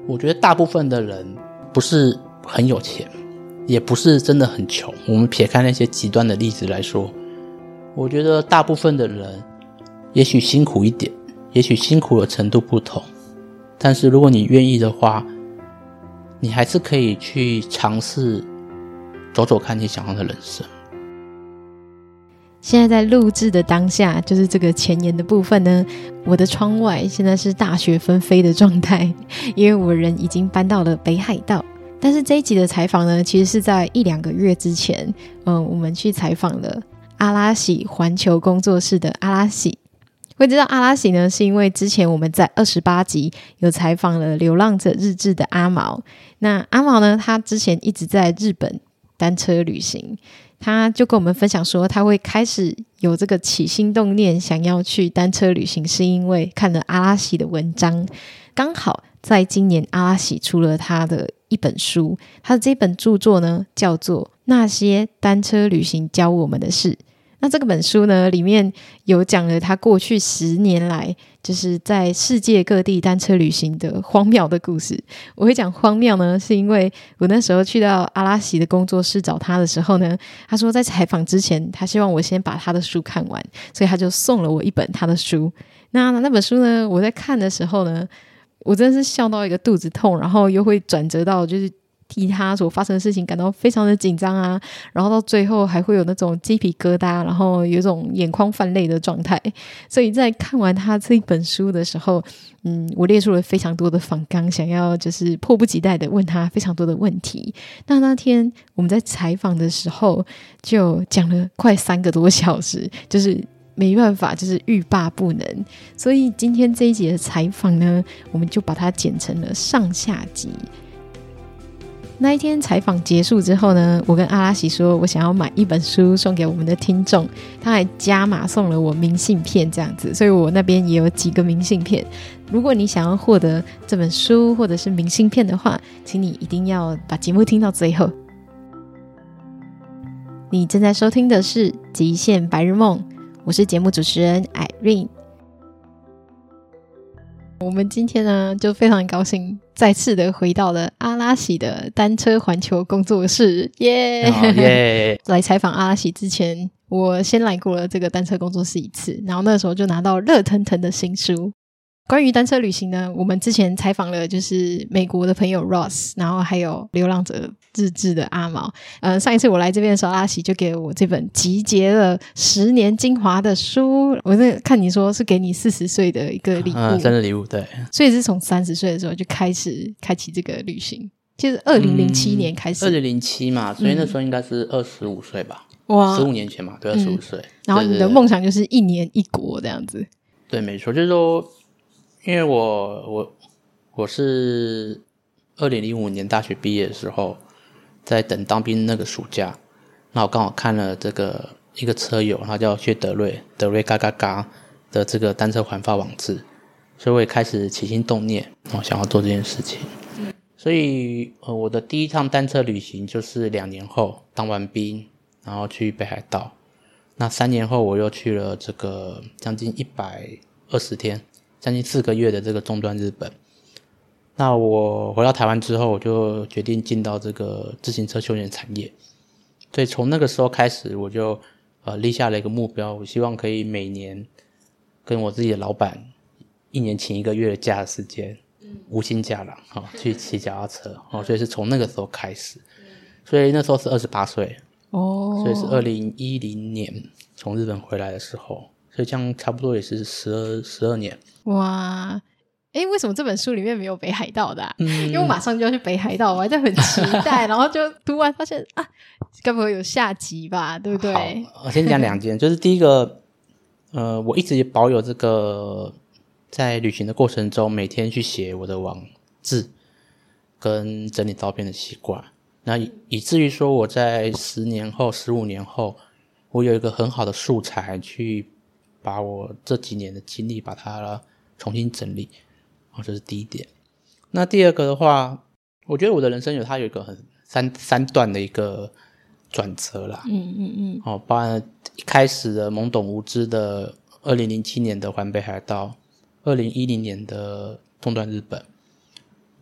我觉得大部分的人不是很有钱，也不是真的很穷，我们撇开那些极端的例子来说，我觉得大部分的人也许辛苦一点，也许辛苦的程度不同，但是如果你愿意的话，你还是可以去尝试走走看你想要的人生。 现在在录制的当下，就是这个前言的部分呢，我的窗外现在是大雪纷飞的状态，因为我人已经搬到了北海道。但是这一集的采访呢，其实是在1-2个月之前，我们去采访了阿拉喜环球工作室的阿拉喜。会知道阿拉喜呢，是因为之前我们在28集有采访了流浪者日志的阿毛。那阿毛呢，他之前一直在日本单车旅行，他就跟我们分享说，他会开始有这个起心动念想要去单车旅行，是因为看了阿拉喜的文章。刚好在今年阿拉喜出了他的一本书，他的这本著作呢叫做《那些单车旅行教我们的事》。那这个本书呢，里面有讲了他过去10年来就是在世界各地单车旅行的荒谬的故事。我会讲荒谬呢，是因为我那时候去到阿拉喜的工作室找他的时候呢，他说在采访之前，他希望我先把他的书看完，所以他就送了我一本他的书。那本书呢，我在看的时候呢，我真的是笑到一个肚子痛，然后又会转折到就是替他所发生的事情感到非常的紧张啊，然后到最后还会有那种鸡皮疙瘩，然后有一种眼眶泛泪的状态。所以在看完他这一本书的时候，我列出了非常多的访纲，想要就是迫不及待的问他非常多的问题。那天我们在采访的时候就讲了快3个多小时，就是没办法，就是欲罢不能。所以今天这一集的采访呢，我们就把它剪成了上下集。那一天采访结束之后呢，我跟阿拉喜说我想要买一本书送给我们的听众，他还加码送了我明信片这样子，所以我那边也有几个明信片。如果你想要获得这本书或者是明信片的话，请你一定要把节目听到最后。你正在收听的是极限白日梦，我是节目主持人 Irene。我们今天呢就非常高兴再次的回到了阿拉喜的单车环球工作室，耶！来采访阿拉喜之前，我先来过了这个单车工作室一次，然后那时候就拿到热腾腾的新书。关于单车旅行呢，我们之前采访了就是美国的朋友 Ross， 然后还有流浪者日志的阿毛。上一次我来这边的时候，阿喜就给我这本集结了10年精华的书，我看你说是给你40岁的一个礼物， 生日礼物，对。 所以是从30岁的时候就开启这个旅行，就是2007年开始。 2007嘛，所以那时候应该是25岁吧。 哇 ，15年前嘛，对，25岁。 然后你的梦想就是1年1国这样子。 对，没错，就是说因为我是2005年大学毕业的时候，在等当兵那个暑假，那我刚好看了这个一个车友，他叫薛德瑞嘎嘎嘎的这个单车环法网志，所以我也开始起心动念，想要做这件事情。所以我的第一趟单车旅行就是2年后当完兵，然后去北海道。那3年后我又去了这个将近120天。将近4个月的这个中端日本。那我回到台湾之后，我就决定进到这个自行车休闲产业。所以从那个时候开始，我就立下了一个目标，我希望可以每年跟我自己的老板1年请1个月的假的时间，无薪假啦，去骑脚踏车。所以是从那个时候开始。所以那时候是28岁，所以是2010年从日本回来的时候。所以这样差不多也是12年。 哇，为什么这本书里面没有北海道的啊？因为我马上就要去北海道，我还在很期待，然后就读完发现啊，该不会有下集吧，对不对？ 好，我先讲2件，就是第一个，我一直保有这个在旅行的过程中每天去写我的网志跟整理照片的习惯，那以至于说我在10年后、15年后，我有一个很好的素材去把我这几年的经历把它重新整理，这是第一点。那第二个的话，我觉得我的人生有一个很三段的一个转折啦。包含一开始的懵懂无知的2007年的环北海道，2010年的中段日本。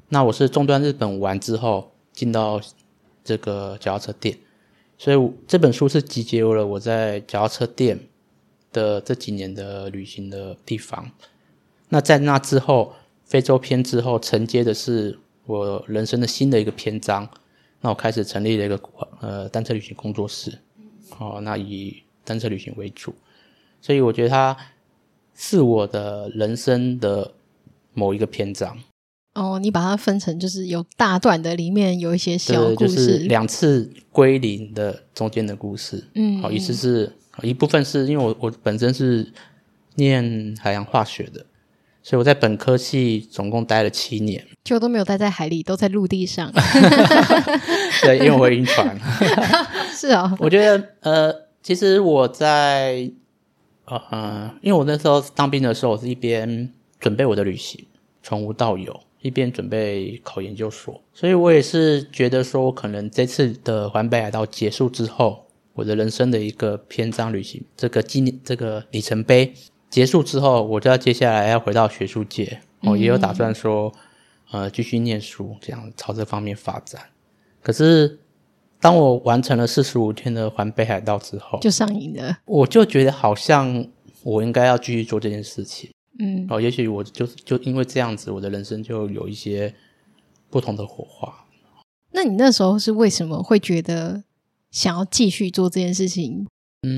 那我是中断日本完之后进到这个脚踏车店，所以这本书是集结了我在脚踏车店的这几年的旅行的地方。那在那之后，非洲篇之后承接的是我人生的新的一个篇章。那我开始成立了一个单车旅行工作室，那以单车旅行为主，所以我觉得它是我的人生的某一个篇章。 你把它分成就是有大段的，里面有一些小故事， 就是2次归零的中间的故事。意思是一部分是因为我本身是念海洋化学的，所以我在本科系总共待了7年， 就都没有待在海里，都在陆地上。 对，因为我会晕船。 是啊， 我觉得其实我在因为我那时候当兵的时候，我是一边准备我的旅行，从无到有，一边准备考研究所，所以我也是觉得说，可能这次的环北海道结束之后，我的人生的一个篇章旅行，这个里程碑结束之后，我就要接下来要回到学术界，也有打算说继续念书，这样朝这方面发展。可是当我完成了45天的环北海道之后， 就上瘾了， 我就觉得好像我应该要继续做这件事情。也许我就因为这样子，我的人生就有一些不同的火花。 那你那时候是为什么会觉得想要继续做这件事情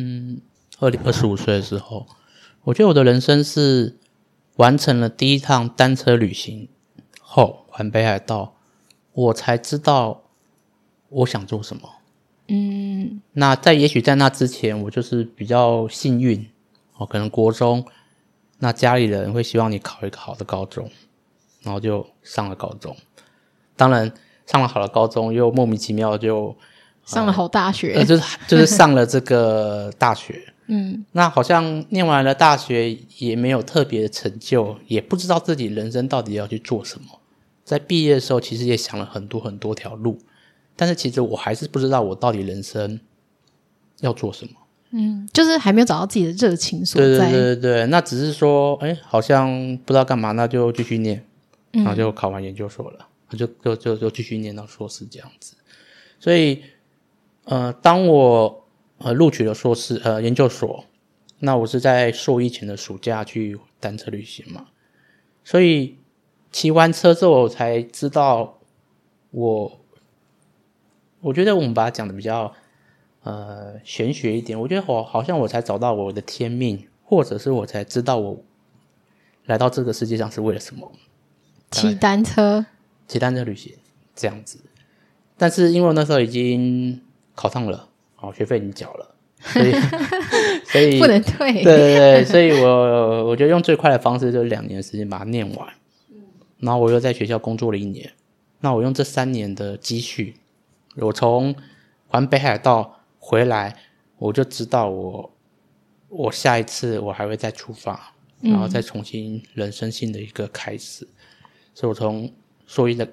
？25岁的时候，我觉得我的人生是完成了第一趟单车旅行后，环北海道，我才知道我想做什么。那也许在那之前，我就是比较幸运，可能国中，那家里人会希望你考一个好的高中，然后就上了高中。当然上了好的高中，又莫名其妙就上了好大学， 就是上了这个大学。那好像念完了大学也没有特别的成就，也不知道自己人生到底要去做什么。在毕业的时候，其实也想了很多很多条路，但是其实我还是不知道我到底人生要做什么。 就是还没有找到自己的热情所在。 对，那只是说好像不知道干嘛，那就继续念，然后就考完研究所了，就继续念到硕士这样子。所以当我录取了硕士研究所，那我是在硕一前的暑假去单车旅行嘛，所以骑完车之后我才知道我觉得我们把它讲的比较玄学一点，我觉得好像我才找到我的天命，或者是我才知道我来到这个世界上是为了什么。 骑单车旅行这样子。但是因为我那时候已经考上了，学费已经缴了，所以不能退。 对，所以我觉得用最快的方式就是2年的时间把它念完。然后我又在学校工作了1年，那我用这3年的积蓄，我从环北海道回来，我就知道我下一次我还会再出发，然后再重新人生新的一个开始。所以我从硕一的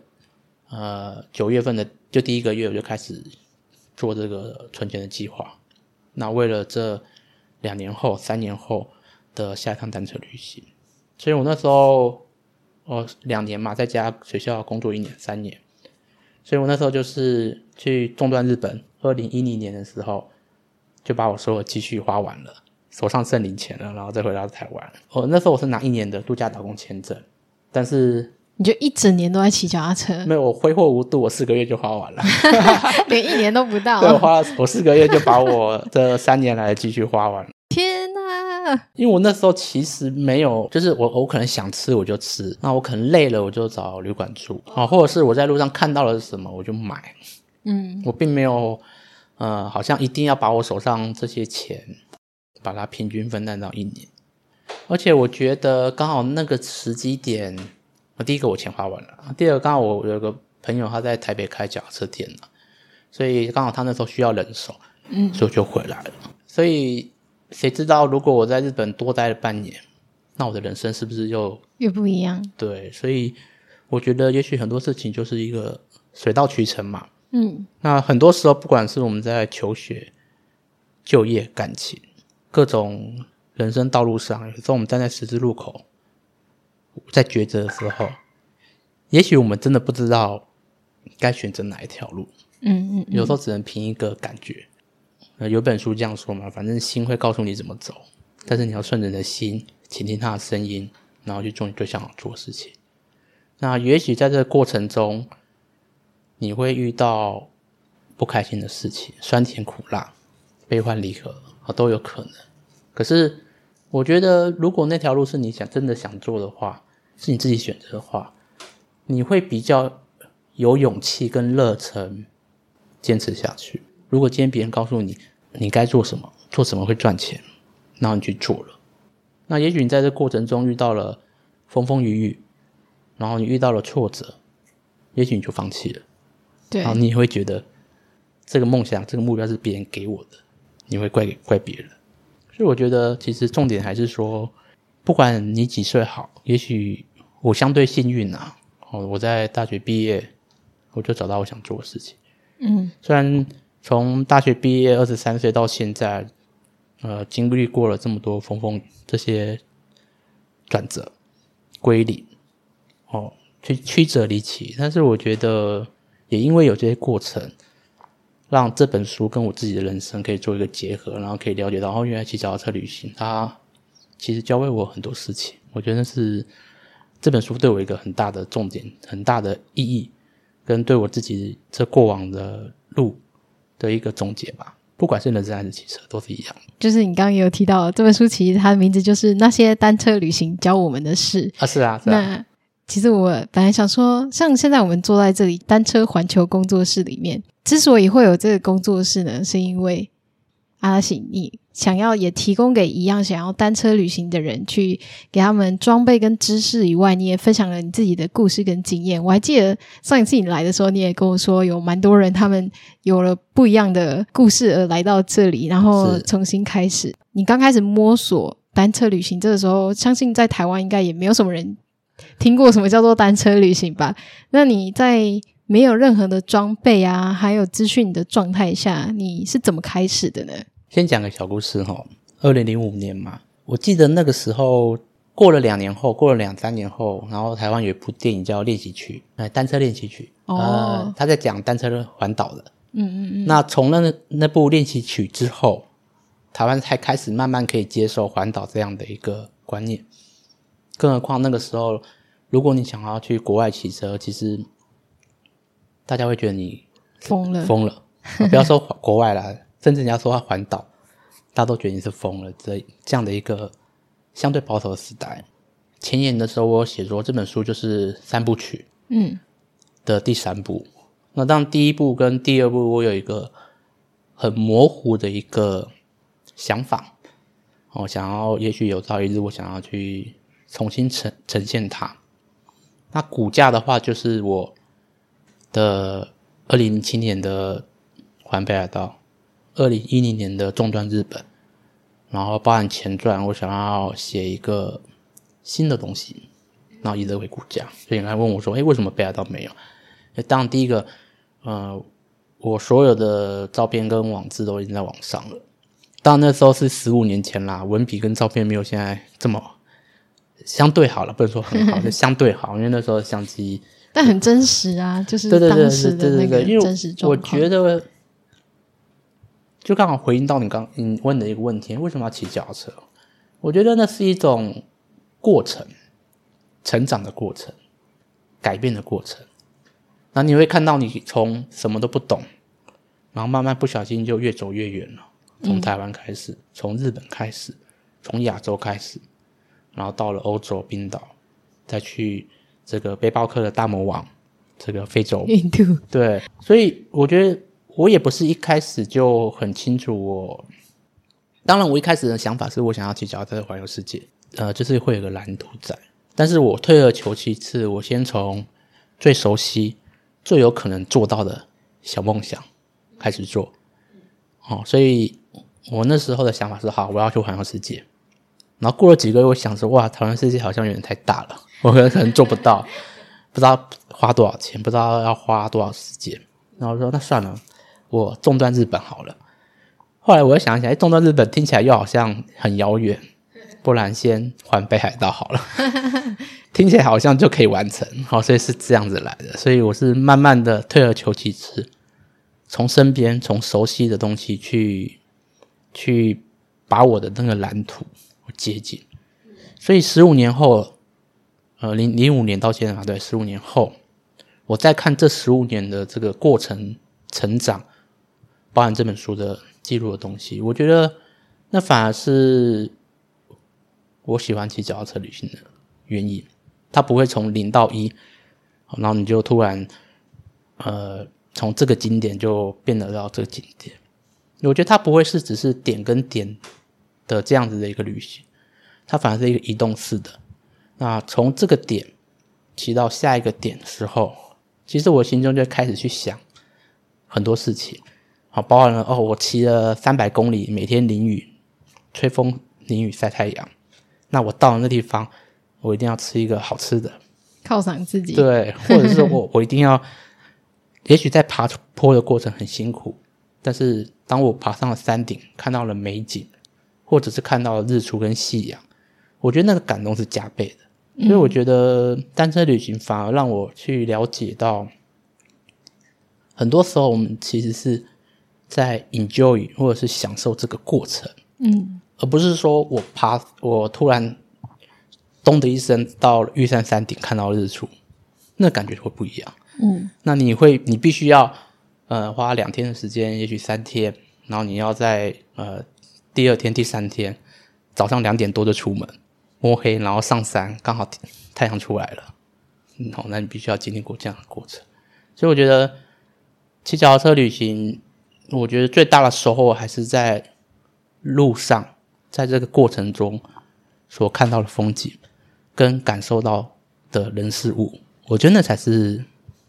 9月份的就第1个月我就开始做这个存钱的计划。那为了这2年后、3年后的下一趟单车旅行，所以我那时候2年嘛，在家学校工作1年3年，所以我那时候就是去中断日本。2010年的时候，就把我所有积蓄花完了，手上剩零钱了，然后再回到台湾。那时候我是拿1年的度假打工签证，但是你就一整年都在骑脚踏车？ 没有，我挥霍无度，我4个月就花完了， 连1年都不到。 对，我4个月就把我这3年来的积蓄花完了。 天哪！ 因为我那时候其实没有，就是我可能想吃我就吃，那我可能累了我就找旅馆住，或者是我在路上看到了什么我就买。我并没有好像一定要把我手上这些钱把它平均分担到1年。而且我觉得刚好那个时机点，第一个我钱花完了，第二个刚好我有个朋友他在台北开脚踏车店了，所以刚好他那时候需要人手，所以我就回来了。所以谁知道如果我在日本多待了半年，那我的人生是不是又越不一样？ 对，所以我觉得也许很多事情就是一个水到渠成嘛。那很多时候不管是我们在求学、就业、感情各种人生道路上，有时候我们站在十字路口在抉择的时候， 也许我们真的不知道该选择哪一条路，有时候只能凭一个感觉。有本书这样说嘛，反正心会告诉你怎么走，但是你要顺着你的心，倾听它的声音，然后去做你最想要做的事情。那也许在这个过程中，你会遇到不开心的事情，酸甜苦辣，悲欢离合都有可能。可是我觉得如果那条路是你真的想做的话，是你自己选择的话，你会比较有勇气跟热忱坚持下去。如果今天别人告诉你你该做什么，做什么会赚钱，然后你去做了，那也许你在这过程中遇到了风风雨雨，然后你遇到了挫折，也许你就放弃了。 对， 然后你也会觉得这个梦想这个目标是别人给我的，你会怪别人。所以我觉得其实重点还是说，不管你几岁好，也许我相对幸运啊，我在大学毕业我就找到我想做的事情。虽然从大学毕业23岁到现在经历过了这么多这些转折归零曲折离奇，但是我觉得也因为有这些过程，让这本书跟我自己的人生可以做一个结合，然后可以了解到原来骑脚踏车旅行它其实教会我很多事情。我觉得那是这本书对我一个很大的重点，很大的意义，跟对我自己这过往的路的一个总结吧。不管是人生还是骑车都是一样。 就是你刚刚也有提到这本书其实它的名字就是那些单车旅行教我们的事是啊。 那其实我本来想说，像现在我们坐在这里单车环球工作室里面，之所以会有这个工作室呢，是因为阿拉西你想要也提供给一样想要单车旅行的人，去给他们装备跟知识以外，你也分享了你自己的故事跟经验。我还记得上一次你来的时候，你也跟我说有蛮多人他们有了不一样的故事而来到这里，然后重新开始。你刚开始摸索单车旅行这个时候，相信在台湾应该也没有什么人听过什么叫做单车旅行吧。那你在没有任何的装备啊还有资讯的状态下，你是怎么开始的呢？ 先讲个小故事2005年嘛，我记得那个时候过了2年后，过了2-3年后，然后台湾有一部电影叫练习曲，单车练习曲他在讲单车环岛的。那从那部练习曲之后，台湾才开始慢慢可以接受环岛这样的一个观念。更何况那个时候如果你想要去国外骑车，其实大家会觉得你疯了不要说国外啦，甚至你要说他环岛，大家都觉得你是疯了，这样的一个相对保守的时代。前言的时候我有写说这本书就是3部曲的第3部。那当第1部跟第2部我有一个很模糊的一个想法想要也许有朝一日我想要去重新呈现它。那骨架的话就是我的2007年的环北海道，2010年的纵断日本，然后包含前传，我想要写一个新的东西，然后以这为骨架。所以你刚才问我说为什么北海道没有？当然第一个我所有的照片跟网志都已经在网上了，当然那时候是15年前啦，文笔跟照片没有现在这么相对好了，不能说很好就相对好，因为那时候的相机但很真实啊，就是当时的那个真实状况。我觉得就刚好回应到你问的一个问题，为什么要骑脚踏车？我觉得那是一种过程，成长的过程，改变的过程。然后你会看到你从什么都不懂，然后慢慢不小心就越走越远了。从台湾开始，从日本开始，从亚洲开始，然后到了欧洲冰岛，再去这个背包客的大魔王，这个非洲印度。 对，所以我觉得我也不是一开始就很清楚当然我一开始的想法是我想要骑脚踏车环游世界，就是会有个蓝图在。但是我退而求其次，我先从最熟悉最有可能做到的小梦想开始做所以我那时候的想法是好，我要去环游世界。然后过了几个月，我想说哇，环游世界好像有点太大了，我可能做不到，不知道花多少钱，不知道要花多少时间。然后我说那算了，我纵断日本好了。后来我又想起来纵断日本听起来又好像很遥远，不然先环北海道好了。 听起来好像就可以完成，所以是这样子来的。所以我是慢慢的退而求其次，从身边从熟悉的东西去把我的那个蓝图接近。所以15年后05年到现在对15年后，我再看这15年的这个过程成长，包含这本书的记录的东西，我觉得那反而是我喜欢骑脚踏车旅行的原因。它不会从0到1，然后你就突然从这个景点就变得到这个景点。我觉得它不会是只是点跟点的这样子的一个旅行，它反而是一个移动式的。那从这个点骑到下一个点的时候，其实我心中就开始去想很多事情，包含了我骑了300公里，每天淋雨吹风淋雨晒太阳，那我到了那地方我一定要吃一个好吃的犒赏自己， 对，或者是我一定要也许在爬坡的过程很辛苦，但是当我爬上了山顶看到了美景，或者是看到了日出跟夕阳，我觉得那个感动是加倍的。所以我觉得单车旅行反而让我去了解到，很多时候我们其实是在 enjoy 或者是享受这个过程，而不是说我突然咚的一声到玉山山顶看到日出，那感觉会不一样。那你必须要花2天的时间，也许3天，然后你要在第2天第3天早上2点多就出门，摸黑然后上山，刚好太阳出来了，那你必须要经历过这样的过程。所以我觉得骑脚踏车旅行，我觉得最大的收获还是在路上，在这个过程中所看到的风景跟感受到的人事物，我觉得那才是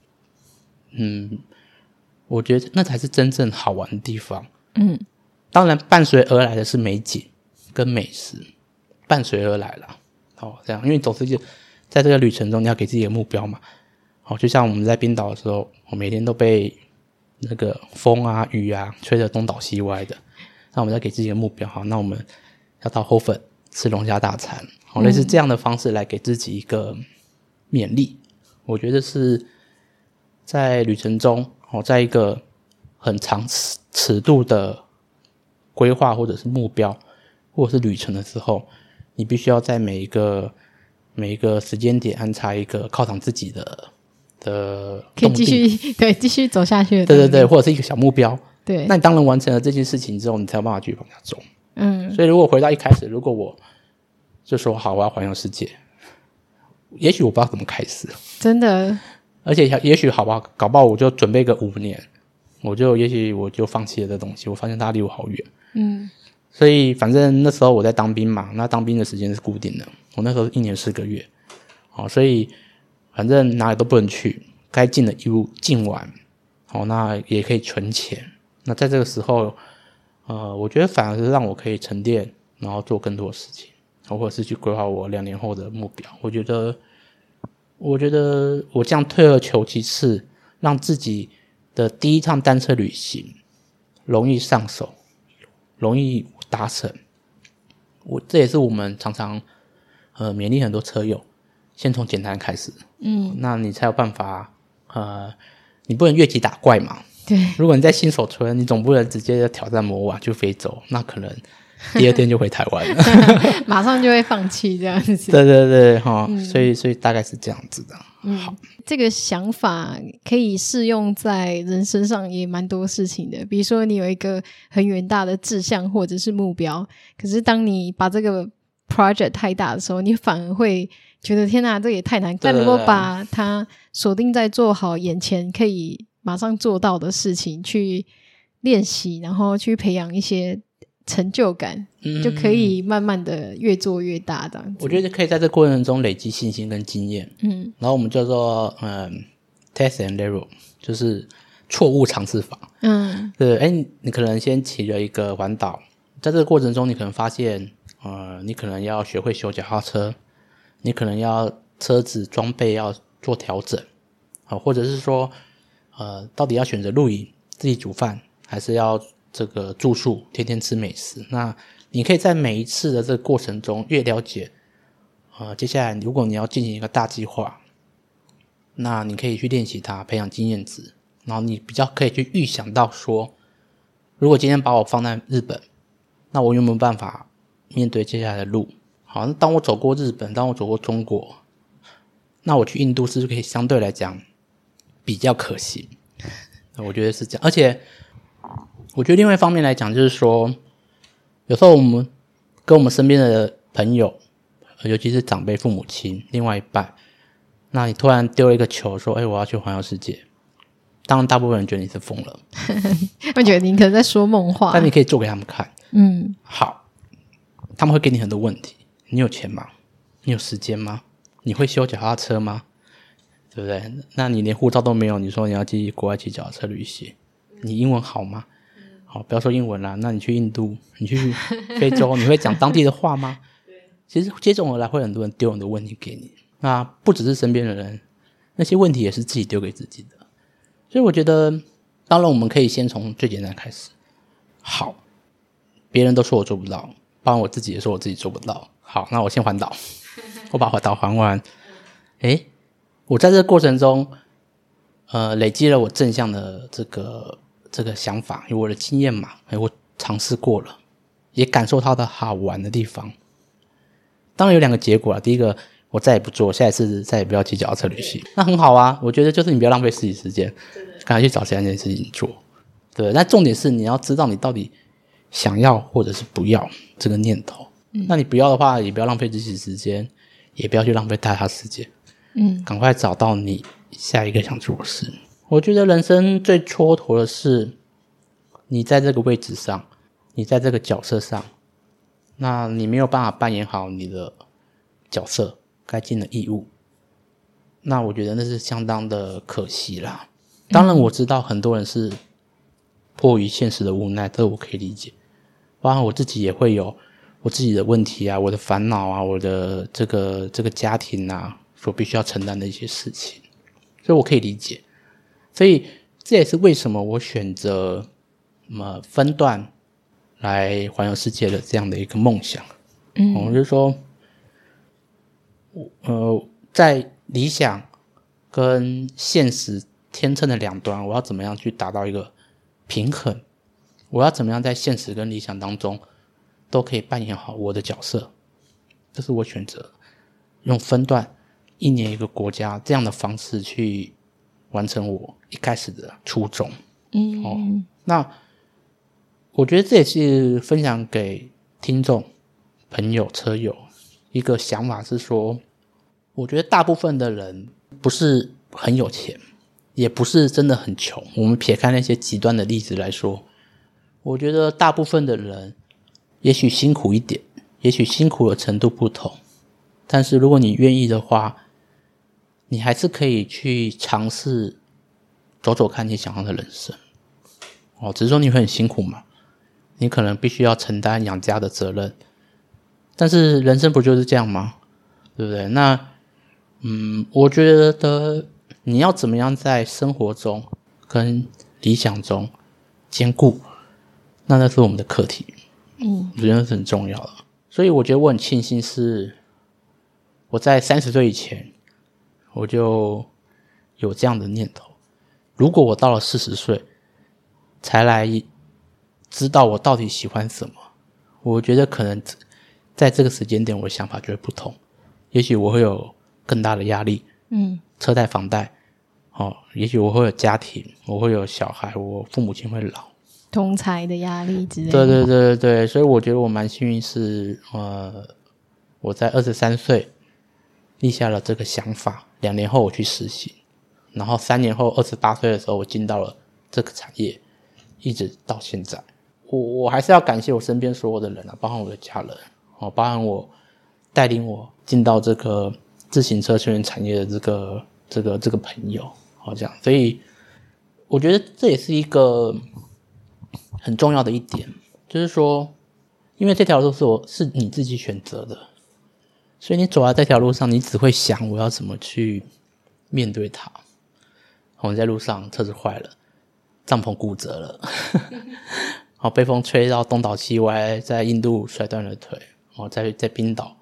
我觉得那才是真正好玩的地方。当然伴随而来的是美景跟美食，伴随而来了。这样，因为总是在这个旅程中你要给自己一个目标嘛。就像我们在冰岛的时候，我每天都被那个风啊雨啊吹得东倒西歪的，那我们要给自己一个目标，那我们要到后粉吃龙虾大餐，类似这样的方式来给自己一个勉励。我觉得是在旅程中，在一个很长尺度的规划或者是目标或者是旅程的时候，你必须要在每一个时间点安插一个犒赏自己的可以继续走下去的， 对，或者是一个小目标。 对， 那你当然完成了这件事情之后，你才有办法继续往下走。所以如果回到一开始，如果我就说好我要环游世界，也许我不知道怎么开始， 真的。 而且也许好吧，搞不好我就准备个5年，也许我就放弃了这东西，我发现它离我好远。所以反正那时候我在当兵嘛，那当兵的时间是固定的，我那时候1年4个月，所以反正哪里都不能去，该尽的义务尽完，那也可以存钱。那在这个时候我觉得反而是让我可以沉淀，然后做更多的事情，或者是去规划我2年后的目标。我觉得我这样退而求其次，让自己的第一趟单车旅行容易上手，容易达成。这也是我们常常勉励很多车友，先从简单开始。那你才有办法你不能越级打怪嘛。 对， 如果你在新手村，你总不能直接挑战魔瓦就飞走，那可能第2天就回台湾了马上就会放弃这样子。 对所以大概是这样子的。好， 这个想法可以适用在人身上也蛮多事情的，比如说你有一个很远大的志向或者是目标，可是当你把这个 project 太大的时候，你反而会觉得天哪，这也太难。但如果把它锁定在做好眼前可以马上做到的事情，去练习，然后去培养一些成就感，就可以慢慢的越做越大这样子。 我觉得可以在这过程中累积信心跟经验。然后我们叫做test and error， 就是错误尝试法。对，你可能先骑了一个环岛，在这个过程中你可能发现你可能要学会修脚踏车，你可能要车子装备要做调整，或者是说到底要选择露营自己煮饭，还是要这个住宿天天吃美食。那你可以在每一次的这个过程中越了解接下来如果你要进行一个大计划，那你可以去练习它，培养经验值，然后你比较可以去预想到说，如果今天把我放在日本，那我有没有办法面对接下来的路？好，那当我走过日本，当我走过中国，那我去印度是不是可以相对来讲比较可行？我觉得是这样。而且我觉得另外一方面来讲，就是说有时候我们跟我们身边的朋友，尤其是长辈、父母亲、另外一半，那你突然丢了一个球说我要去环游世界，当然大部分人觉得你是疯了我觉得你可能在说梦话， 但你可以做给他们看。好，他们会给你很多问题。你有钱吗？你有时间吗？你会修脚踏车吗？对不对？那你连护照都没有，你说你要去国外骑脚踏车旅行，你英文好吗？好，不要说英文啦，那你去印度，你去非洲，你会讲当地的话吗？其实接踵而来会很多人丢很多问题给你，那不只是身边的人，那些问题也是自己丢给自己的。所以我觉得当然我们可以先从最简单开始。好，别人都说我做不到，包括我自己也说我自己做不到。好，那我先环岛，我把环岛环完。我在这个过程中累积了我正向的这个想法，有我的经验嘛，我尝试过了，也感受它的好玩的地方。当然有两个结果啦，第一个我再也不做，下一次再也不要骑脚踏车旅行，那很好啊。我觉得就是你不要浪费自己时间，赶快去找其他件事情做。对，但重点是你要知道你到底想要或者是不要这个念头。那你不要的话，也不要浪费自己时间，也不要去浪费大家时间。赶快找到你下一个想做的事。我觉得人生最蹉跎的是你在这个位置上，你在这个角色上，那你没有办法扮演好你的角色该尽的义务，那我觉得那是相当的可惜啦。当然我知道很多人是迫于现实的无奈，这我可以理解，包括我自己也会有我自己的问题啊，我的烦恼啊，我的这个家庭啊所必须要承担的一些事情，所以我可以理解。所以这也是为什么我选择分段来环游世界的这样的一个梦想。我就说在理想跟现实天秤的两端，我要怎么样去达到一个平衡，我要怎么样在现实跟理想当中都可以扮演好我的角色，这是我选择用分段1年一个国家这样的方式去完成我一开始的初衷。那我觉得这也是分享给听众朋友车友一个想法，是说我觉得大部分的人不是很有钱，也不是真的很穷，我们撇开那些极端的例子来说，我觉得大部分的人也许辛苦一点，也许辛苦的程度不同，但是如果你愿意的话，你还是可以去尝试走走看你想要的人生。只是说你会很辛苦嘛，你可能必须要承担养家的责任，但是人生不就是这样吗？对不对？那我觉得你要怎么样在生活中跟理想中兼顾，那是我们的课题。我觉得是很重要的。所以我觉得我很庆幸是我在30岁以前我就有这样的念头，如果我到了40岁才来知道我到底喜欢什么，我觉得可能在这个时间点我的想法就会不同，也许我会有更大的压力，车贷房贷，也许我会有家庭，我会有小孩，我父母亲会老， 同财的压力之类的。 对对对对，所以我觉得我蛮幸运是我在23岁立下了这个想法，2年后我去实行，然后3年后28岁的时候我进到了这个产业，一直到现在。我还是要感谢我身边所有的人包含我的家人，包含我带领我进到这个自行车训练产业的这个朋友，这样。所以我觉得这也是一个很重要的一点，就是说因为这条路是你自己选择的，所以你走在这条路上，你只会想我要怎么去面对它。我们在路上车子坏了，帐篷骨折了被风吹到东倒西歪，在印度摔断了腿，在冰岛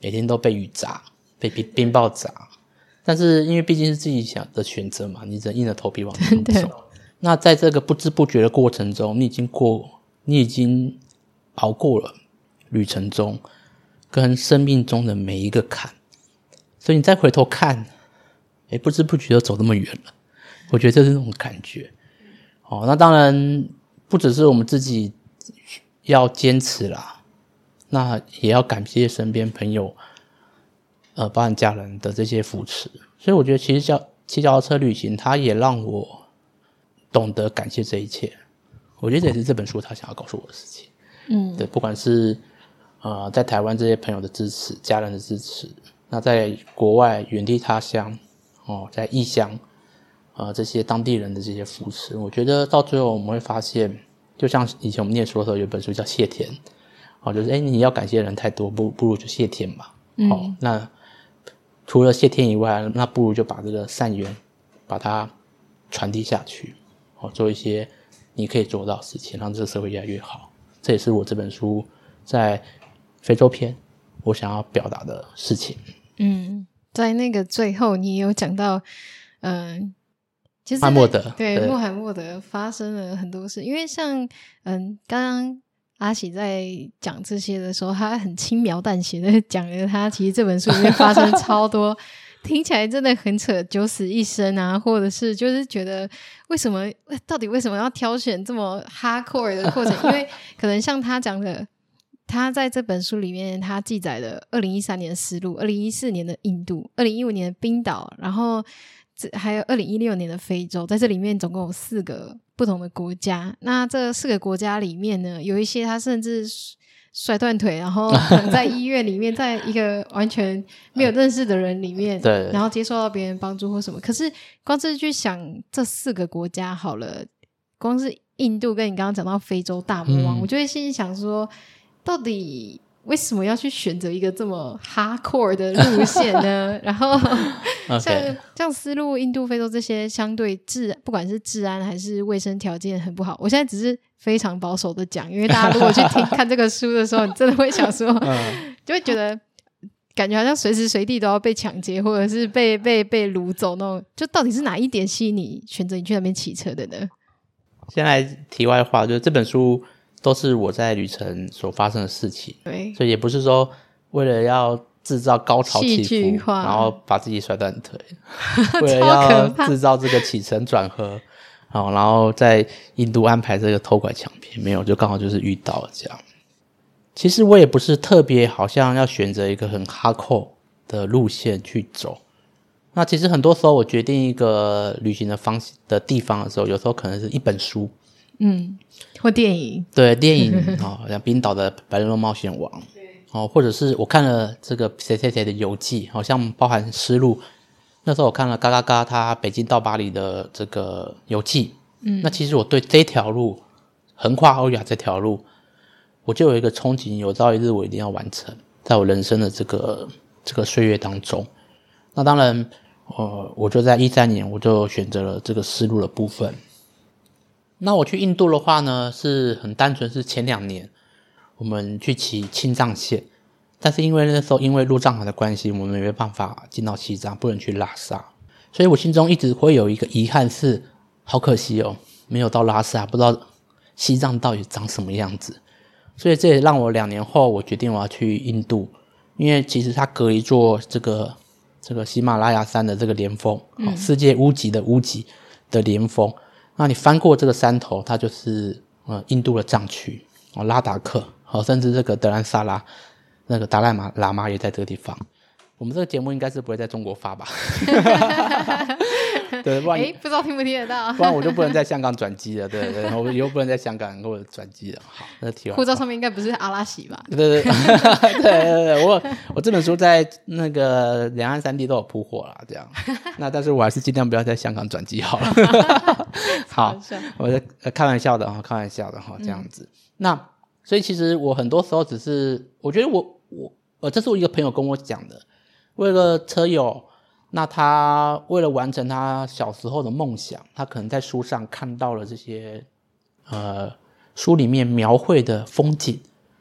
每天都被雨砸，被冰雹砸。但是因为毕竟是自己想的选择嘛，你只能硬着头皮往前走。那在这个不知不觉的过程中，你已经熬过了旅程中跟生命中的每一个坎，所以你再回头看，不知不觉就走那么远了。我觉得这是那种感觉。那当然不只是我们自己要坚持啦，那也要感谢身边朋友包含家人的这些扶持。所以我觉得其实骑脚踏车旅行它也让我懂得感谢这一切。我觉得这也是这本书他想要告诉我的事情。对，不管是在台湾这些朋友的支持，家人的支持，那在国外远地他乡在异乡这些当地人的这些扶持，我觉得到最后我们会发现，就像以前我们念书的时候有本书叫谢天，就是你要感谢的人太多，不如就谢天吧。那除了谢天以外，那不如就把这个善缘把它传递下去，做一些你可以做到的事情，让这个社会越来越好。这也是我这本书在非洲篇我想要表达的事情。 在那个最后你也有讲到其实穆罕默德， 对穆罕默德发生了很多事，因为像刚刚阿喜在讲这些的时候，他很轻描淡写的讲了他其实这本书里面发生超多听起来真的很扯，九死一生啊，或者是就是觉得到底为什么要挑选这么 hardcore 的过程因为可能像他讲的，他在这本书里面他记载了2013年的丝路，2014年的印度，2015年的冰岛，然后还有2016年的非洲，在这里面总共有4个不同的国家。那这4个国家里面呢，有一些他甚至摔断腿，然后可能在医院里面在一个完全没有认识的人里面对， 然后接受到别人帮助或什么。可是光是去想这4个国家好了，光是印度跟你刚刚讲到非洲大魔王，我就会心里想说，到底为什么要去选择一个这么 hardcore 的路线呢？然后像丝路、印度、非洲这些相对不管是治安还是卫生条件很不好。我现在只是非常保守的讲，因为大家如果去看这个书的时候，你真的会想说就会觉得感觉好像随时随地都要被抢劫，或者是被掳走那种。就到底是哪一点吸引你选择你去那边骑车的呢？ 先来题外话，就是这本书都是我在旅程所发生的事情， 对， 所以也不是说为了要制造高潮起伏，然后把自己摔断腿为了要制造这个起承转合然后在印度安排这个偷拐抢骗，没有，就刚好就是遇到了这样。其实我也不是特别好像要选择一个很 hardcore 的路线去走。那其实很多时候我决定一个旅行的地方的时候，有时候可能是一本书或电影， 对，电影像冰岛的白日梦冒险王或者是我看了这个谁谁谁的游记，好像包含丝路，那时候我看了嘎嘎嘎他北京到巴黎的这个游记那其实我对这条路横跨欧亚这条路我就有一个憧憬，有朝一日我一定要完成，在我人生的这个岁月当中。那当然我就在2013年我就选择了这个丝路的部分。那我去印度的话呢，是很单纯，是前2年我们去骑青藏线，但是因为那时候因为入藏行的关系，我们没办法进到西藏，不能去拉萨，所以我心中一直会有一个遗憾，是好可惜没有到拉萨，不知道西藏到底长什么样子。所以这也让我2年后我决定我要去印度，因为其实它隔一座这个喜马拉雅山的这个连峰世界屋脊的连峰，那你翻过这个山头，它就是印度的藏区拉达克甚至这个德兰萨拉那个达赖喇嘛也在这个地方。我们这个节目应该是不会在中国发吧对，不然不知道听不听得到， 不然我就不能在香港转机了。对对，我以后不能在香港或者转机了。好，那题外话， 护照上面应该不是阿拉喜吧？ 对对对对，我这本书在那个两岸3地都有铺货啦，这样。那但是我还是尽量不要在香港转机好了。好，我在开玩笑的开玩笑的这样子。那所以其实我很多时候只是我觉得我这是我一个朋友跟我讲的，为了车友，那他为了完成他小时候的梦想，他可能在书上看到了这些书里面描绘的风景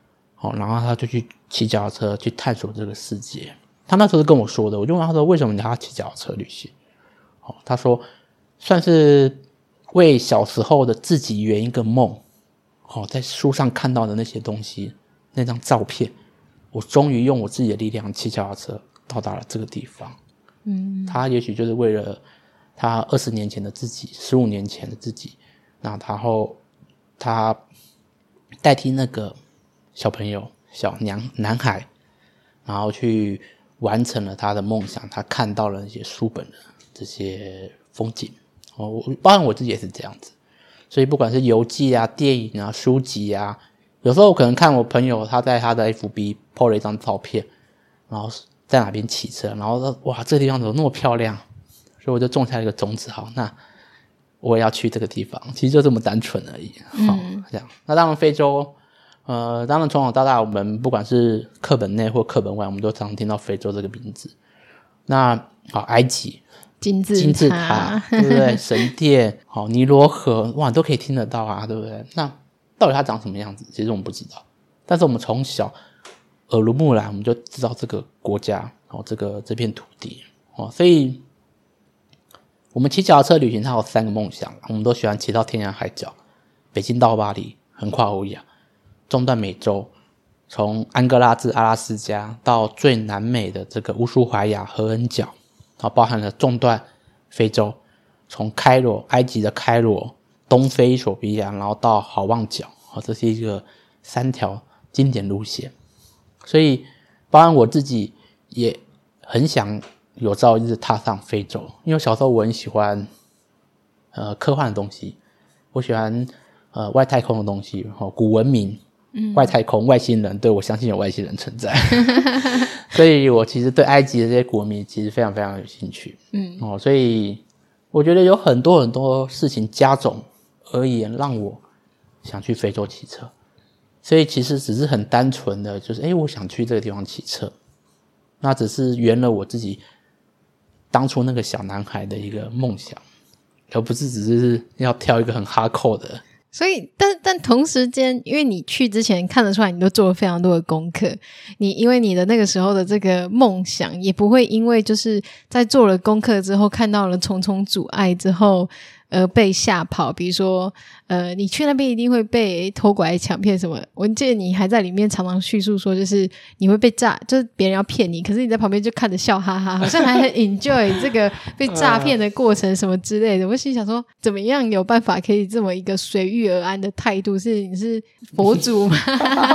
然后他就去骑脚踏车去探索这个世界。他那时候是跟我说的，我就问他说为什么你要骑脚踏车旅行？他说算是为小时候的自己圆一个梦。在书上看到的那些东西，那张照片，我终于用我自己的力量骑脚踏车到达了这个地方。他也许就是为了他20年前的自己，15年前的自己，然后他代替那个小朋友小男孩，然后去完成了他的梦想。他看到了那些书本的这些风景，包含我自己也是这样子。所以不管是游记啊、电影啊、书籍啊，有时候我可能看我朋友他在他的 FB po 了一张照片，然后在哪边骑车，然后说哇这个地方怎么那么漂亮，所以我就种下一个种子，好，那我也要去这个地方，其实就这么单纯而已。好，这样。那当然非洲当然从小到大我们不管是课本内或课本外，我们都常听到非洲这个名字。那好，埃及金字塔对不对？神殿，好，尼罗河，哇，都可以听得到啊，对不对？那到底它长什么样子，其实我们不知道，但是我们从小耳濡目染，我们就知道这个国家，这片土地，所以我们骑脚踏车旅行它有3个梦想，我们都喜欢骑到天涯海角，北京到巴黎，横跨欧亚，纵断美洲，从安哥拉至阿拉斯加，到最南美的这个乌苏怀亚合恩角，包含了纵断非洲，从埃及的开罗，东非伊索比亚，然后到好望角，这是一个3条经典路线。所以包含我自己也很想有朝一日踏上非洲，因为小时候我很喜欢科幻的东西，我喜欢外太空的东西，古文明，外太空，外星人，对，我相信有外星人存在。所以我其实对埃及的这些古文明其实非常非常有兴趣。所以我觉得有很多很多事情加总而言让我想去非洲骑车。所以其实只是很单纯的就是我想去这个地方骑车，那只是圆了我自己当初那个小男孩的一个梦想，而不是只是要挑一个很hardcore的。 所以但同时间，因为你去之前看得出来你都做了非常多的功课，你因为你的那个时候的这个梦想也不会因为就是在做了功课之后看到了重重阻碍之后被吓跑，比如说你去那边一定会被偷拐抢骗什么，我记得你还在里面常常叙述说就是你会被诈，就是别人要骗你，可是你在旁边就看着笑哈哈，好像还很 enjoy 这个被诈骗的过程什么之类的。我心想说怎么样有办法可以这么一个随遇而安的态度，你是佛祖吗？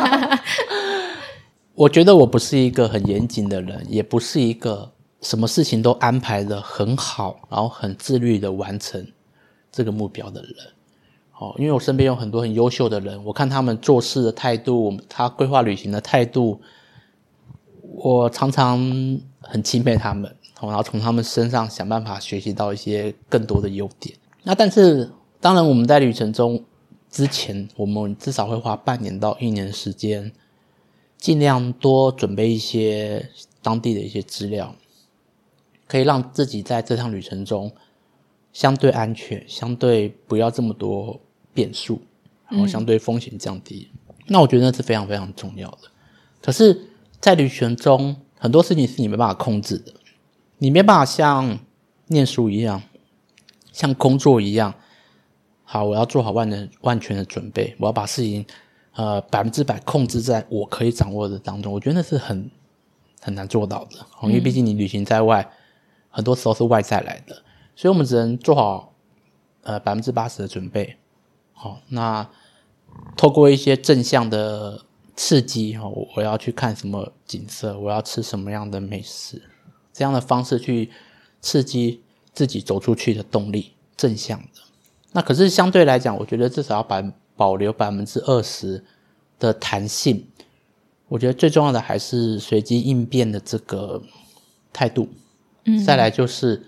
我觉得我不是一个很严谨的人，也不是一个什么事情都安排的很好然后很自律的完成这个目标的人。因为我身边有很多很优秀的人，我看他们做事的态度，他规划旅行的态度，我常常很钦佩他们，然后从他们身上想办法学习到一些更多的优点。那但是当然我们在旅程中之前，我们至少会花半年到1年的时间，尽量多准备一些当地的一些资料，可以让自己在这趟旅程中相对安全，相对不要这么多变数，然后相对风险降低。那我觉得那是非常非常重要的。可是在旅程中很多事情是你没办法控制的，你没办法像念书一样，像工作一样，好，我要做好万全的准备，我要把事情100%控制在我可以掌握的当中。我觉得那是很难做到的，因为毕竟你旅行在外，很多时候是外在来的，所以我们只能做好80%的准备。好，那透过一些正向的刺激，我要去看什么景色，我要吃什么样的美食，这样的方式去刺激自己走出去的动力，正向的。那可是相对来讲，我觉得至少要保留20%的弹性。我觉得最重要的还是随机应变的这个态度。再来就是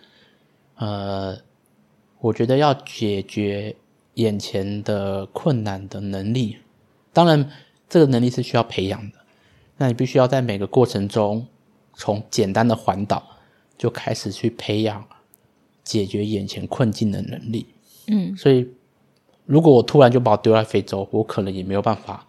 我觉得要解决眼前的困难的能力。当然这个能力是需要培养的，那你必须要在每个过程中从简单的环岛就开始去培养解决眼前困境的能力。所以如果我突然就把我丢在非洲，我可能也没有办法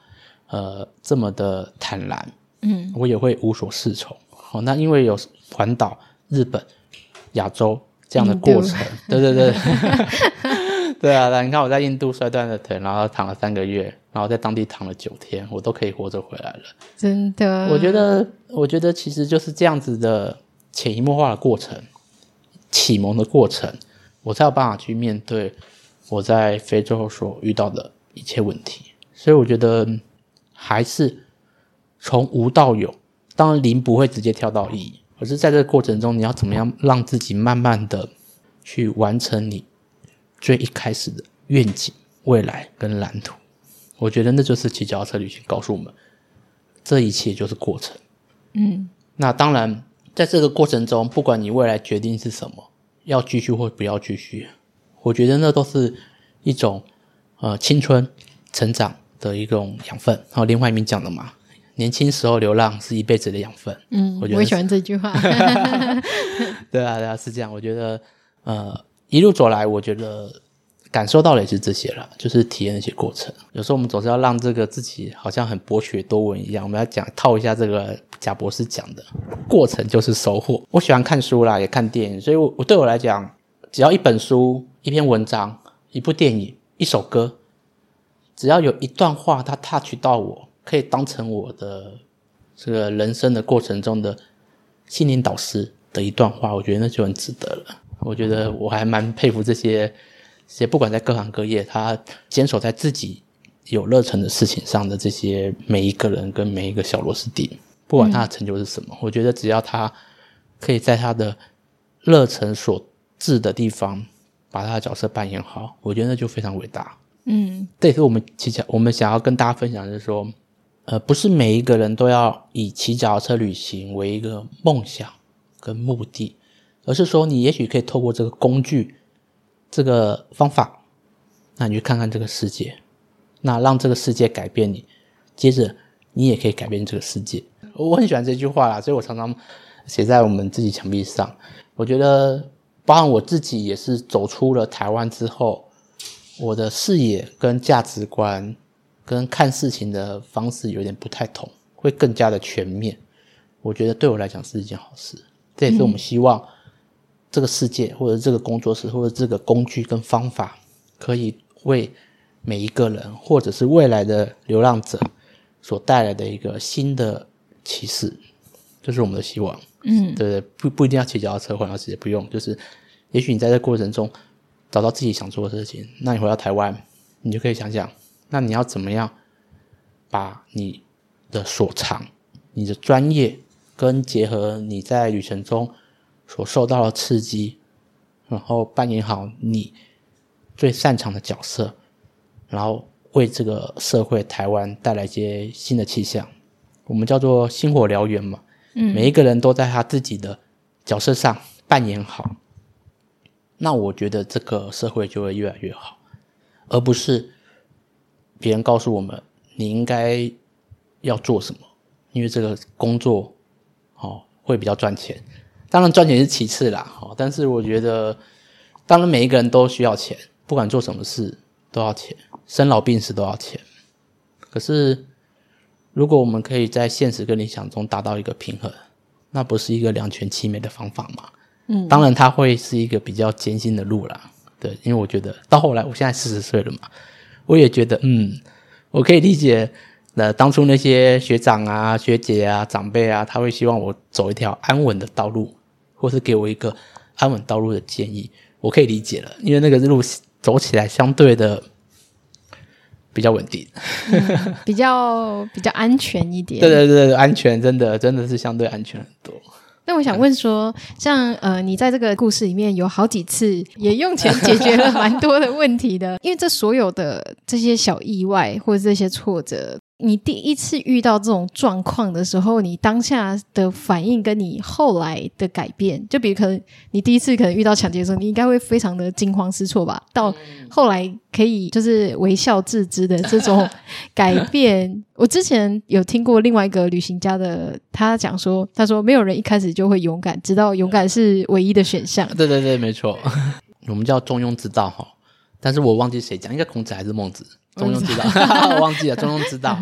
这么的坦然，我也会无所适从。好，那因为有环岛、日本、亚洲这样的过程，对对对，对啊，你看我在印度摔断了腿，然后躺了3个月，然后在当地躺了9天，我都可以活着回来了。 真的， 我觉得其实就是这样子的潜移默化的过程，启蒙的过程，我才有办法去面对我在非洲所遇到的一切问题。所以我觉得还是从无到有，当然零不会直接跳到1，而是在这个过程中，你要怎么样让自己慢慢的去完成你最一开始的愿景、未来跟蓝图。我觉得那就是骑脚踏车旅行告诉我们，这一切就是过程。那当然在这个过程中，不管你未来决定是什么，要继续或不要继续，我觉得那都是一种青春成长的一种养分。然后林怀民讲的嘛，年轻时候流浪是一辈子的养分。我觉得我也喜欢这句话。 对啊对啊，是这样。我觉得一路走来，我觉得感受到的也是这些啦，就是体验那些过程。有时候我们总是要让这个自己好像很博学多闻一样，我们要套一下这个贾博士讲的，过程就是收获。我喜欢看书啦，也看电影，所以我对我来讲，只要一本书、一篇文章、一部电影、一首歌，只要有一段话它 touch 到我，可以当成我的这个人生的过程中的心灵导师的一段话，我觉得那就很值得了。我觉得我还蛮佩服这些不管在各行各业，他坚守在自己有热忱的事情上的这些每一个人跟每一个小螺丝钉，不管他的成就是什么，我觉得只要他可以在他的热忱所致的地方把他的角色扮演好，我觉得那就非常伟大。这也是我们想要跟大家分享的是说，不是每一个人都要以骑脚踏车旅行为一个梦想跟目的，而是说你也许可以透过这个工具、这个方法，那你去看看这个世界，那让这个世界改变你，接着你也可以改变这个世界。我很喜欢这句话啦，所以我常常写在我们自己墙壁上。我觉得包含我自己也是走出了台湾之后，我的视野跟价值观跟看事情的方式有点不太同，会更加的全面。我觉得对我来讲是一件好事，这也是我们希望这个世界或者这个工作室或者这个工具跟方法可以为每一个人或者是未来的流浪者所带来的一个新的启示，这是我们的希望。对，不一定要骑脚踏车环游世界，不用，就是也许你在这过程中找到自己想做的事情，那你回到台湾，你就可以想想，那你要怎么样把你的所长、你的专业跟结合你在旅程中所受到的刺激，然后扮演好你最擅长的角色，然后为这个社会台湾带来一些新的气象。我们叫做星火燎原嘛，每一个人都在他自己的角色上扮演好，那我觉得这个社会就会越来越好，而不是别人告诉我们你应该要做什么，因为这个工作会比较赚钱。当然赚钱是其次啦，但是我觉得当然每一个人都需要钱，不管做什么事都要钱，生老病死都要钱。可是如果我们可以在现实跟理想中达到一个平衡，那不是一个两全其美的方法吗？当然它会是一个比较艰辛的路啦。对，因为我觉得到后来我现在40岁了嘛，我也觉得我可以理解当初那些学长啊、学姐啊、长辈啊，他会希望我走一条安稳的道路，或是给我一个安稳道路的建议，我可以理解了，因为那个路走起来相对的比较稳定， 比较安全一点。 对，安全真的是相对安全很多。 那我想问说，像你在这个故事里面有好几次也用钱解决了蛮多的问题的，因为这所有的这些小意外或者这些挫折，你第一次遇到这种状况的时候，你当下的反应跟你后来的改变，就比如可能你第一次可能遇到抢劫的时候，你应该会非常的惊慌失措吧，到后来可以就是微笑置之的这种改变。我之前有听过另外一个旅行家的，他讲说，他说没有人一开始就会勇敢，直到勇敢是唯一的选项。 对，没错。我们叫中庸之道但是我忘记谁讲，应该孔子还是孟子。中庸之道我忘记了，中庸之道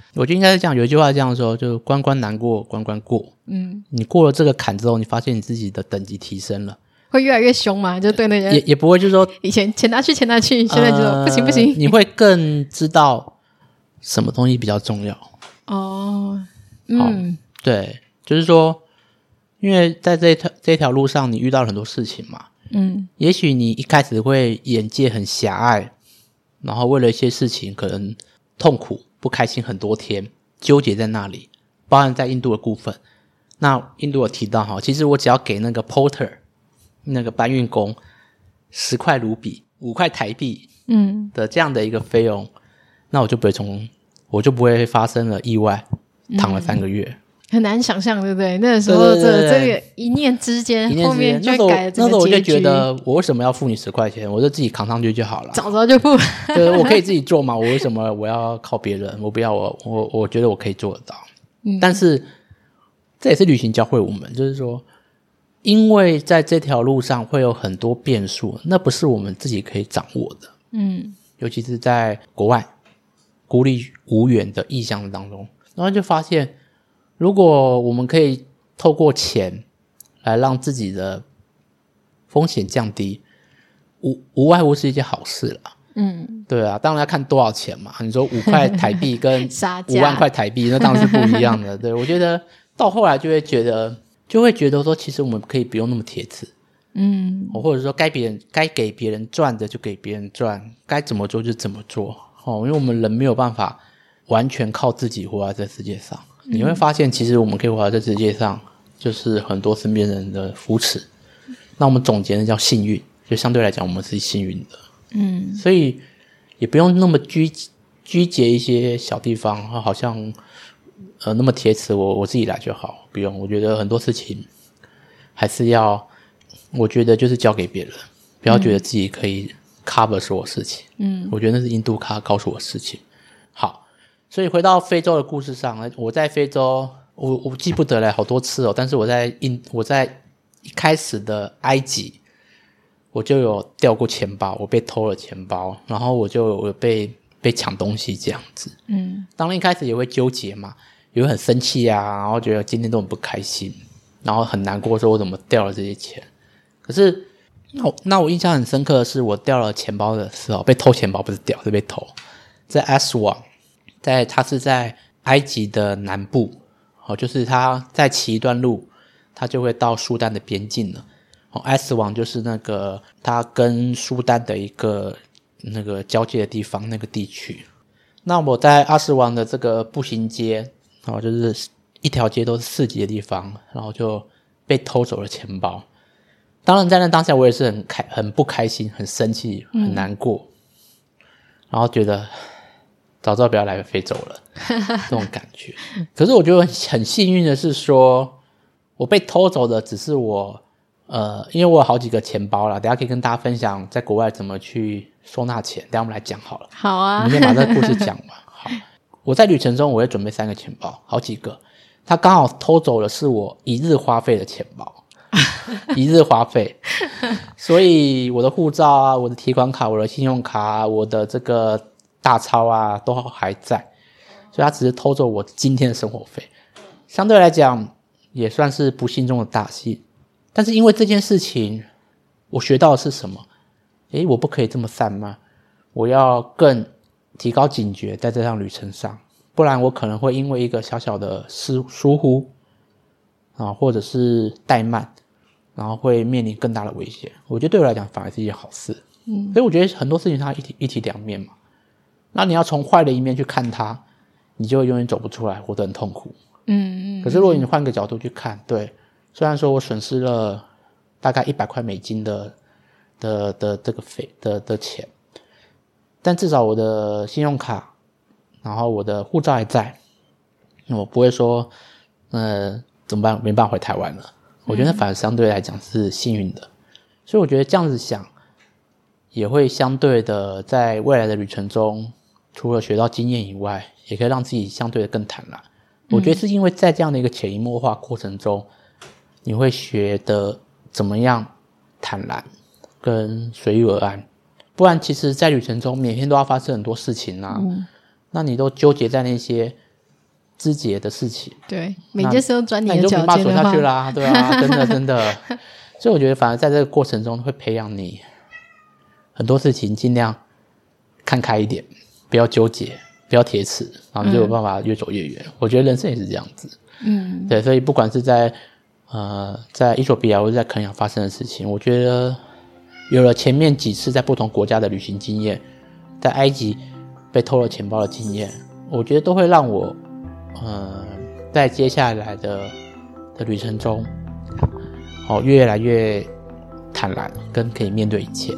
我觉得应该是这样，有一句话这样说，就是关关难过关关过。你过了这个坎之后，你发现你自己的等级提升了， 会越来越凶嘛？就对那些也不会就是说以前钱拿去，现在就说不行不行。 你会更知道什么东西比较重要。 哦， 对，就是说，因为在这条路上，你遇到了很多事情嘛。也许你一开始会眼界很狭隘，然后为了一些事情可能痛苦不开心很多天，纠结在那里，包含在印度的部分。那印度有提到其实我只要给那个 porter 那个搬运工10块卢比5块台币的这样的一个费用，那我就不会发生了意外，躺了3个月。 很难想象，对不对？那个时候这个一念之间，后面就改了整个结局。 那时候我就觉得，我为什么要付你10块钱？我就自己扛上去就好了。 早知道就付。 对，我可以自己做嘛。我为什么我要靠别人？我不要，我觉得我可以做得到。但是这也是旅行教会我们，就是说，因为在这条路上会有很多变数，那不是我们自己可以掌握的。尤其是在国外孤立无援的异乡当中，然后就发现，如果我们可以透过钱来让自己的风险降低，无外乎是一件好事啦。对啊，当然要看多少钱嘛。你说5块台币跟5万块台币，那当然是不一样的。对，我觉得到后来就会觉得说，其实我们可以不用那么铁齿。或者说该给别人赚的就给别人赚，该怎么做就怎么做。因为我们人没有办法完全靠自己活在这世界上。你会发现其实我们可以活在这世界上，就是很多身边人的扶持。那我们总结的叫幸运，就相对来讲我们是幸运的。所以也不用那么拘结一些小地方，好像那么铁齿，我自己来就好，不用。我觉得很多事情还是要，我觉得就是交给别人，不要觉得自己可以 cover 所有事情。我觉得那是印度卡告诉我的事情。好，所以回到非洲的故事上，我在非洲，我记不得了好多次但是我在一开始的埃及，我就有掉过钱包，我被偷了钱包，然后我就有被抢东西这样子。当然一开始也会纠结嘛，也会很生气啊，然后觉得今天都很不开心，然后很难过说我怎么掉了这些钱。可是那我印象很深刻的是，我掉了钱包的时候，被偷钱包不是掉，是被偷，在 Aswan， 它是在埃及的南部，就是他再骑一段路，他就会到苏丹的边境了。Aswan 就是那个他跟苏丹的一个那个交界的地方，那个地区。那我在阿斯王的这个步行街，就是一条街都是4级的地方，然后就被偷走了钱包。当然在那当下我也是很不开心，很生气，很难过，然后觉得早知道不要来非洲了这种感觉。可是我觉得很幸运的是说，我被偷走的只是因为我有好几个钱包啦，等一下可以跟大家分享在国外怎么去收纳钱，等一下我们来讲好了。 好啊， 我们先把这个故事讲完。好，我在旅程中我会准备3个钱包，好几个，他刚好偷走的是我1日花费的钱包1日花费，所以我的护照啊，我的提款卡，我的信用卡啊，我的这个大钞啊都还在，所以他只是偷走我今天的生活费，相对来讲也算是不幸中的大幸。但是因为这件事情我学到的是什么？我不可以这么散漫，我要更提高警觉在这趟旅程上，不然我可能会因为一个小小的疏忽或者是怠慢，然后会面临更大的危险。我觉得对我来讲反而是一件好事。所以我觉得很多事情它一体两面嘛。那你要从坏的一面去看它，你就永远走不出来，活得很痛苦。可是如果你换个角度去看，对，虽然说我损失了大概100块美金的这个的钱，但至少我的信用卡，然后我的护照还在，我不会说怎么办，没办法回台湾了。我觉得反而相对来讲是幸运的。所以我觉得这样子想也会相对的在未来的旅程中，除了学到经验以外，也可以让自己相对的更坦然。我觉得是因为在这样的一个潜移默化过程中，你会学得怎么样坦然跟随遇而安。不然其实在旅程中每天都要发生很多事情啊，那你都纠结在那些枝节的事情。 对，每件事都钻你的脚尖的话， 那你就没办法走下去啦，对啊，真的真的。所以我觉得反而在这个过程中会培养你很多事情尽量看开一点，不要纠结，不要铁齿，然后你就有办法越走越远。我觉得人生也是这样子。对，所以不管是在伊索比亚或者在肯亚发生的事情，我觉得有了前面几次在不同国家的旅行经验，在埃及被偷了钱包的经验，我觉得都会让我在接下来的旅程中越来越坦然跟可以面对一切。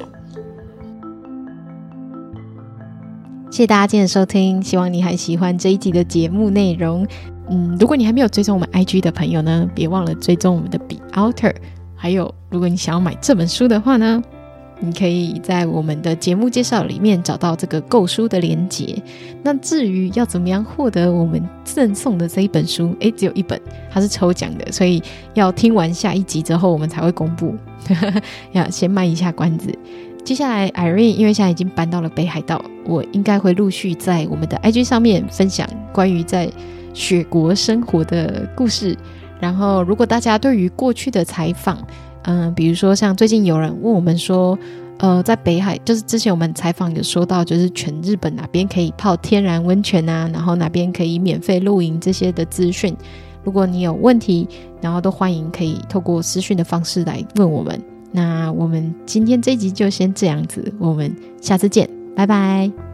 谢谢大家今天的收听，希望你还喜欢这一集的节目内容。如果你还没有追踪我们 IG 的朋友呢，别忘了追踪我们的 Be Outer。还有如果你想要买这本书的话呢，你可以在我们的节目介绍里面找到这个购书的连结。那至于要怎么样获得我们赠送的这一本书，只有一本，它是抽奖的，所以要听完下一集之后我们才会公布要先卖一下关子。接下来 Irene 因为现在已经搬到了北海道，我应该会陆续在我们的 IG 上面分享关于在雪国生活的故事。然后如果大家对于过去的采访比如说像最近有人问我们说在北海，就是之前我们采访有说到就是全日本哪边可以泡天然温泉啊，然后哪边可以免费露营这些的资讯，如果你有问题然后都欢迎可以透过私讯的方式来问我们。那我们今天这一集就先这样子，我们下次见，拜拜。